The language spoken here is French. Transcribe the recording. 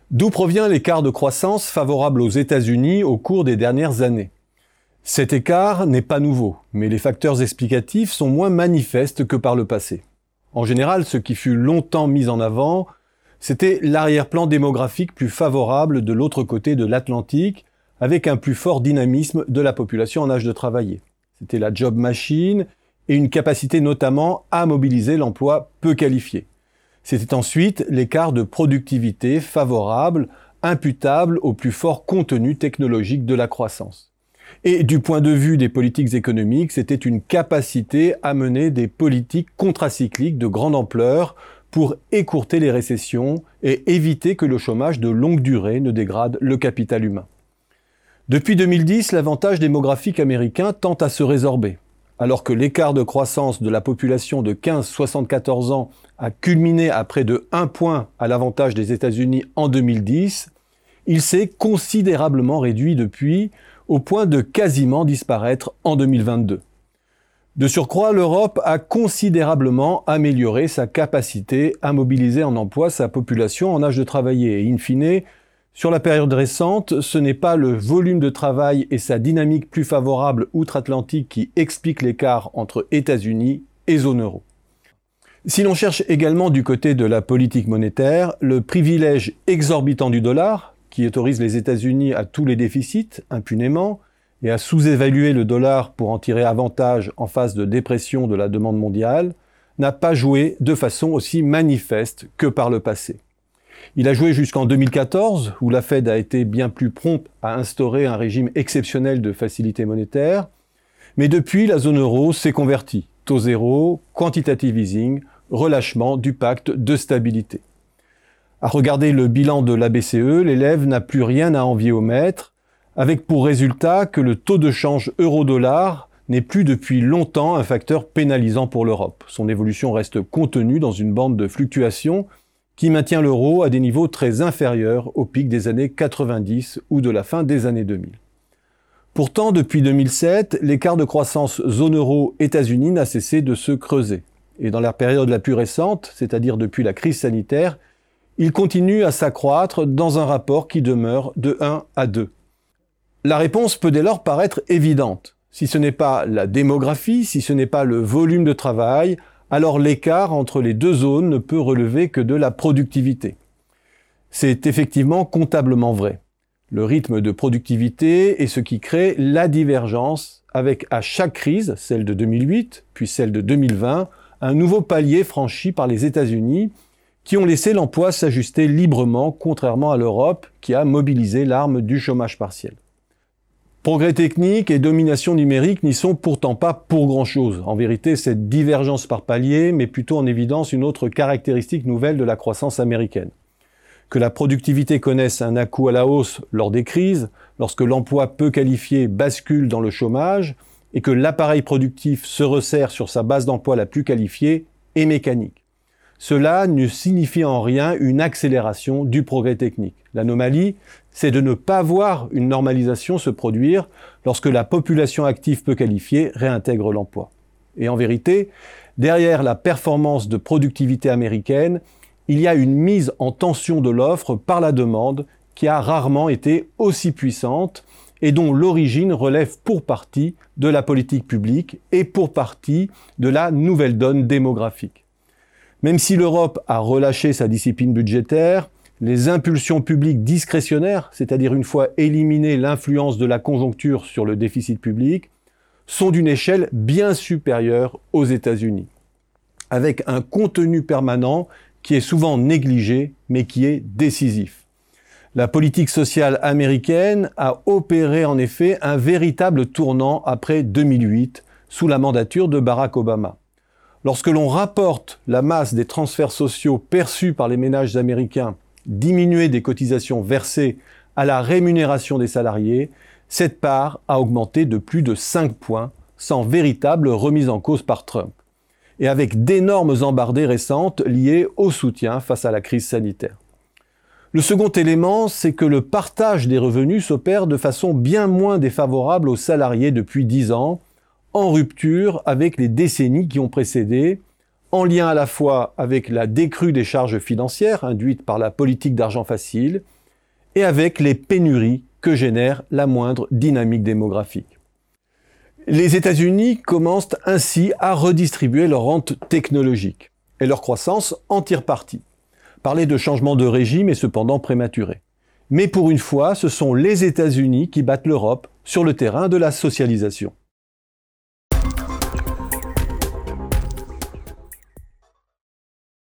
D'où provient l'écart de croissance favorable aux États-Unis au cours des dernières années? Cet écart n'est pas nouveau, mais les facteurs explicatifs sont moins manifestes que par le passé. En général, ce qui fut longtemps mis en avant, c'était l'arrière-plan démographique plus favorable de l'autre côté de l'Atlantique, avec un plus fort dynamisme de la population en âge de travailler. C'était la job machine et une capacité notamment à mobiliser l'emploi peu qualifié. C'était ensuite l'écart de productivité favorable, imputable au plus fort contenu technologique de la croissance. Et du point de vue des politiques économiques, c'était une capacité à mener des politiques contracycliques de grande ampleur pour écourter les récessions et éviter que le chômage de longue durée ne dégrade le capital humain. Depuis 2010, l'avantage démographique américain tend à se résorber. Alors que l'écart de croissance de la population de 15-74 ans a culminé à près de 1 point à l'avantage des États-Unis en 2010, il s'est considérablement réduit depuis, au point de quasiment disparaître en 2022. De surcroît, l'Europe a considérablement amélioré sa capacité à mobiliser en emploi sa population en âge de travailler. Et in fine, sur la période récente, ce n'est pas le volume de travail et sa dynamique plus favorable outre-Atlantique qui expliquent l'écart entre États-Unis et zone euro. Si l'on cherche également du côté de la politique monétaire, le privilège exorbitant du dollar, qui autorise les États-Unis à tous les déficits, impunément, et à sous-évaluer le dollar pour en tirer avantage en phase de dépression de la demande mondiale, n'a pas joué de façon aussi manifeste que par le passé. Il a joué jusqu'en 2014, où la Fed a été bien plus prompte à instaurer un régime exceptionnel de facilité monétaire, mais depuis, la zone euro s'est convertie. Taux zéro, quantitative easing, relâchement du pacte de stabilité. À regarder le bilan de la BCE, l'élève n'a plus rien à envier au maître, avec pour résultat que le taux de change euro-dollar n'est plus depuis longtemps un facteur pénalisant pour l'Europe. Son évolution reste contenue dans une bande de fluctuation qui maintient l'euro à des niveaux très inférieurs au pic des années 90 ou de la fin des années 2000. Pourtant, depuis 2007, l'écart de croissance zone euro-États-Unis n'a cessé de se creuser. Et dans la période la plus récente, c'est-à-dire depuis la crise sanitaire, il continue à s'accroître dans un rapport qui demeure de 1 à 2. La réponse peut dès lors paraître évidente. Si ce n'est pas la démographie, si ce n'est pas le volume de travail, alors l'écart entre les deux zones ne peut relever que de la productivité. C'est effectivement comptablement vrai. Le rythme de productivité est ce qui crée la divergence avec à chaque crise, celle de 2008, puis celle de 2020, un nouveau palier franchi par les États-Unis qui ont laissé l'emploi s'ajuster librement, contrairement à l'Europe qui a mobilisé l'arme du chômage partiel. Progrès technique et domination numérique n'y sont pourtant pas pour grand-chose. En vérité, cette divergence par palier met plutôt en évidence une autre caractéristique nouvelle de la croissance américaine. Que la productivité connaisse un à-coup à la hausse lors des crises, lorsque l'emploi peu qualifié bascule dans le chômage, et que l'appareil productif se resserre sur sa base d'emploi la plus qualifiée est mécanique. Cela ne signifie en rien une accélération du progrès technique. L'anomalie, c'est de ne pas voir une normalisation se produire lorsque la population active peu qualifiée réintègre l'emploi. Et en vérité, derrière la performance de productivité américaine, il y a une mise en tension de l'offre par la demande qui a rarement été aussi puissante et dont l'origine relève pour partie de la politique publique et pour partie de la nouvelle donne démographique. Même si l'Europe a relâché sa discipline budgétaire, les impulsions publiques discrétionnaires, c'est-à-dire une fois éliminée l'influence de la conjoncture sur le déficit public, sont d'une échelle bien supérieure aux États-Unis, avec un contenu permanent qui est souvent négligé, mais qui est décisif. La politique sociale américaine a opéré en effet un véritable tournant après 2008, sous la mandature de Barack Obama. Lorsque l'on rapporte la masse des transferts sociaux perçus par les ménages américains diminuée des cotisations versées à la rémunération des salariés, cette part a augmenté de plus de 5 points, sans véritable remise en cause par Trump, et avec d'énormes embardées récentes liées au soutien face à la crise sanitaire. Le second élément, c'est que le partage des revenus s'opère de façon bien moins défavorable aux salariés depuis 10 ans, en rupture avec les décennies qui ont précédé, en lien à la fois avec la décrue des charges financières induite par la politique d'argent facile et avec les pénuries que génère la moindre dynamique démographique. Les États-Unis commencent ainsi à redistribuer leur rente technologique et leur croissance en tire parti. Parler de changement de régime est cependant prématuré. Mais pour une fois, ce sont les États-Unis qui battent l'Europe sur le terrain de la socialisation.